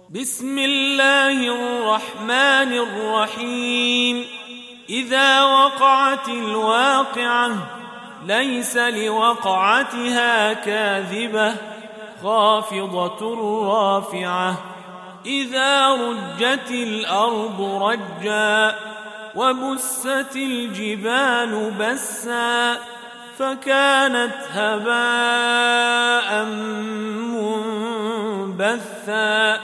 بسم الله الرحمن الرحيم. إذا وقعت الواقعة ليس لوقعتها كاذبة خافضة رافعة. إذا رجت الأرض رجا وبست الجبال بسا فكانت هباء منبثا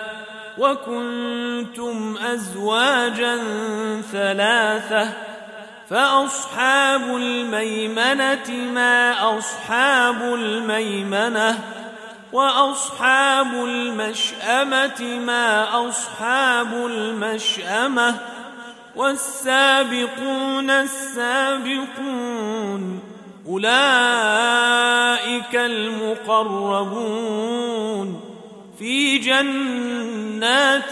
وكنتم أزواجا ثلاثة فأصحاب الميمنة ما أصحاب الميمنة وأصحاب المشأمة ما أصحاب المشأمة والسابقون السابقون أولئك المقربون في جنات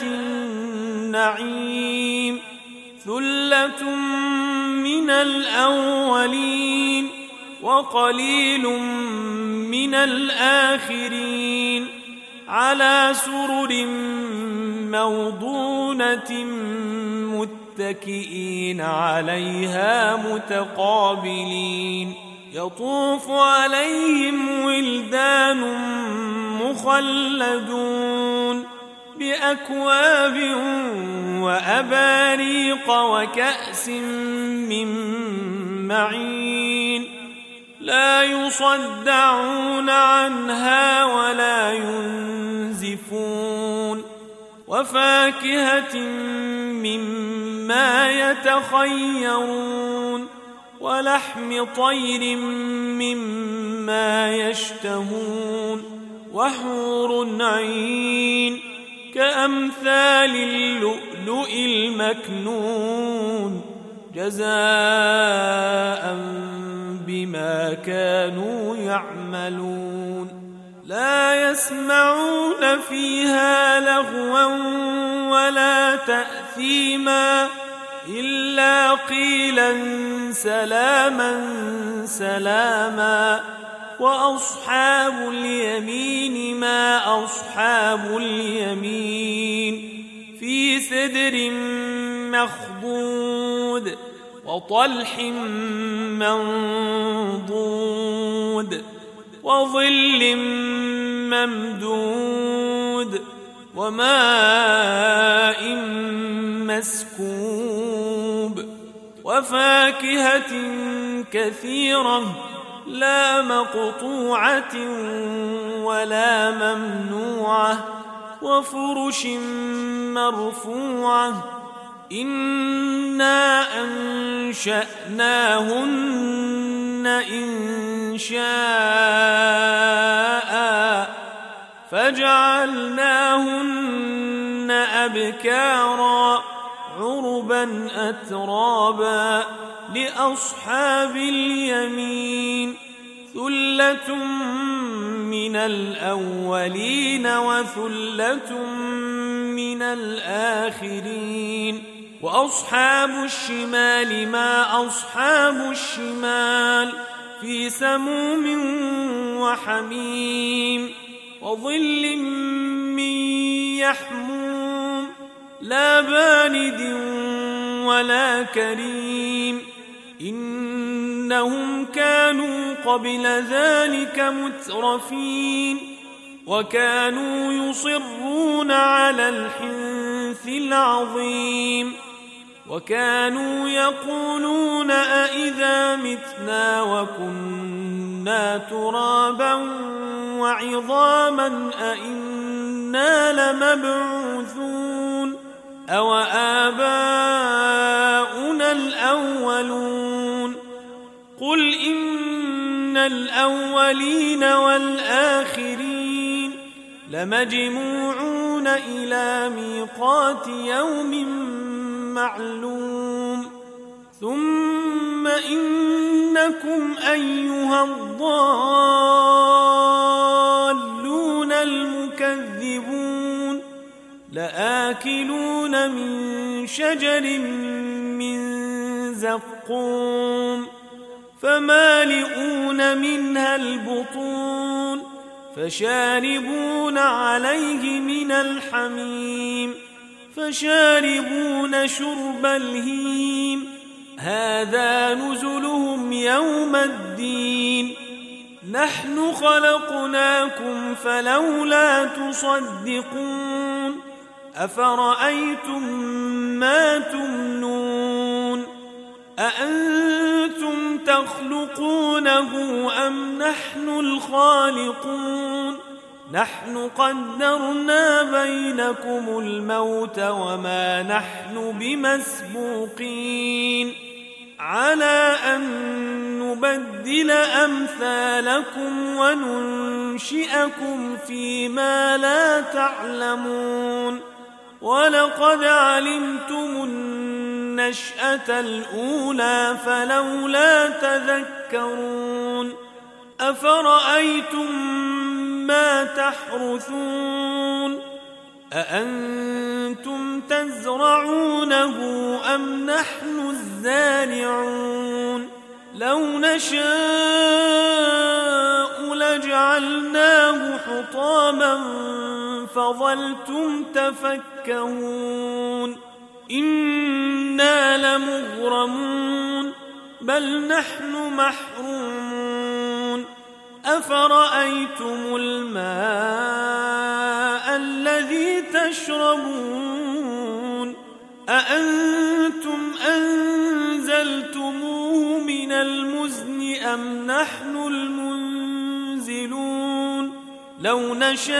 النعيم. ثلة من الأولين وقليل من الآخرين على سرر موضونة متكئين عليها متقابلين. يطوف عليهم ولدان مخلدون بأكواب وأباريق وكأس من معين لا يصدعون عنها ولا ينزفون وفاكهة مما يتخيرون ولحم طير مما يشتهون وحور عين كأمثال اللؤلؤ المكنون جزاء بما كانوا يعملون. لا يسمعون فيها لغوا ولا تأثيما إلا قيلا سلاما سلاما. وأصحاب اليمين ما أصحاب اليمين في سدر مخضود وطلح منضود وظل ممدود وماء مسكوب وفاكهة كثيرة لا مقطوعة ولا ممنوعة وفرش مرفوعة. إنا أنشأناهن إنشاء فجعلناهن أبكارا عربا أترابا لأصحاب اليمين. ثلة من الأولين وثلة من الآخرين. وأصحاب الشمال ما أصحاب الشمال في سموم وحميم وظل من يحموم لا بارد ولا كريم. إنهم كانوا قبل ذلك مترفين وكانوا يصرون على الحنث العظيم وكانوا يقولون أئذا متنا وكنا ترابا وعظاما أئنا لمبعوثون أو آباؤنا الأولون. قل إن الأولين والآخرين لمجموعون إلى ميقات يوم معلوم. ثم إنكم أيها الضالون المكذبون لآكلون من شجر من زقوم فمالئون منها البطون فشاربون عليه من الحميم فشاربون شرب الهيم هذا نزلهم يوم الدين نحن خلقناكم فلولا تصدقون أفرأيتم ما تمنون أأنتم تخلقونه أم نحن الخالقون نحن قدرنا بينكم الموت وما نحن بمسبوقين على أن نبدل أمثالكم وننشئكم فيما لا تعلمون ولقد علمتم النشأة الأولى فلولا تذكرون أفرأيتم ما تحرثون أأنتم تزرعونه أم نحن الزارعون لو نشاء لجعلناه حطاما فظلتم تفكهون إنا لمغرمون بل نحن محرومون أفرأيتم الماء الذي تشربون أأنتم أنزلتموه من المزن أم نحن المنزلون لو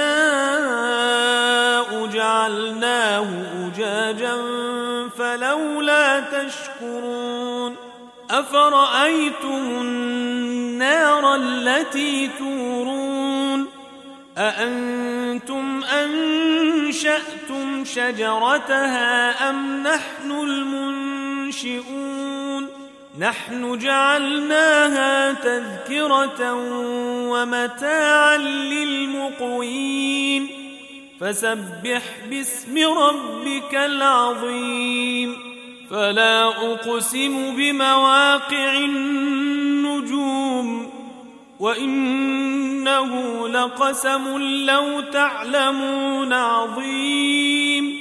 نشاء جعلناه أجاجا فلولا تشكرون أفرأيتم النار التي تورون أأنتم أنشأتم شجرتها أم نحن المنشئون نحن جعلناها تذكرة ومتاعا للمقوين فسبح باسم ربك العظيم فلا أقسم بمواقع النجوم وإنه لقسم لو تعلمون عظيم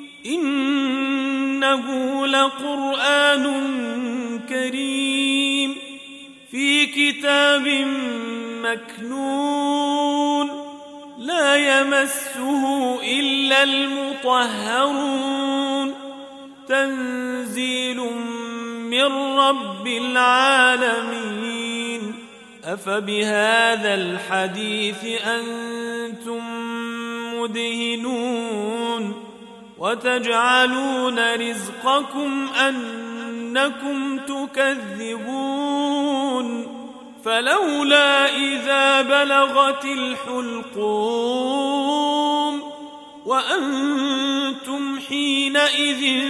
إنه لقرآن كريم في كتاب مكنون لا يمسه إلا المطهرون تنزيل من رب العالمين أفبهذا الحديث أنتم مدهنون وتجعلون رزقكم أنكم تكذبون فلولا إذا بلغت الحلقوم وأنتم حينئذ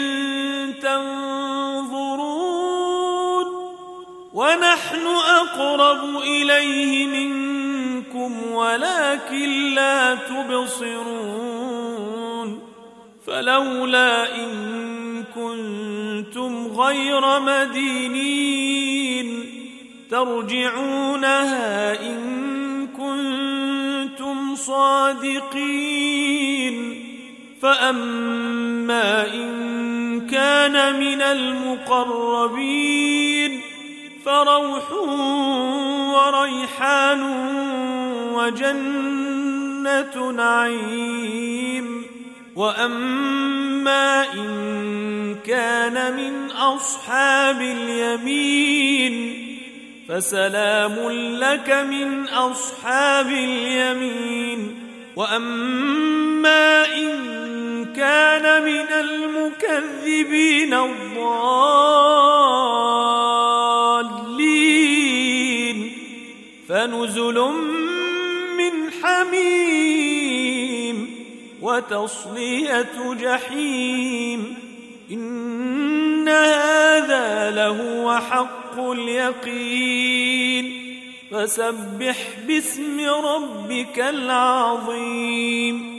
تنظرون ونحن أقرب إليه منكم ولكن لا تبصرون فلولا إن كنتم غير مدينين ترجعونها إن كنتم صادقين فأما إن كان من المقربين فروح وريحان وجنة نعيم وأما إن كان من أصحاب اليمين فسلام لك من أصحاب اليمين وأما إن كان من المكذبين الضالين فنزل من حميم وتصلية جحيم إن هذا لهو حق اليقين فسبح باسم ربك العظيم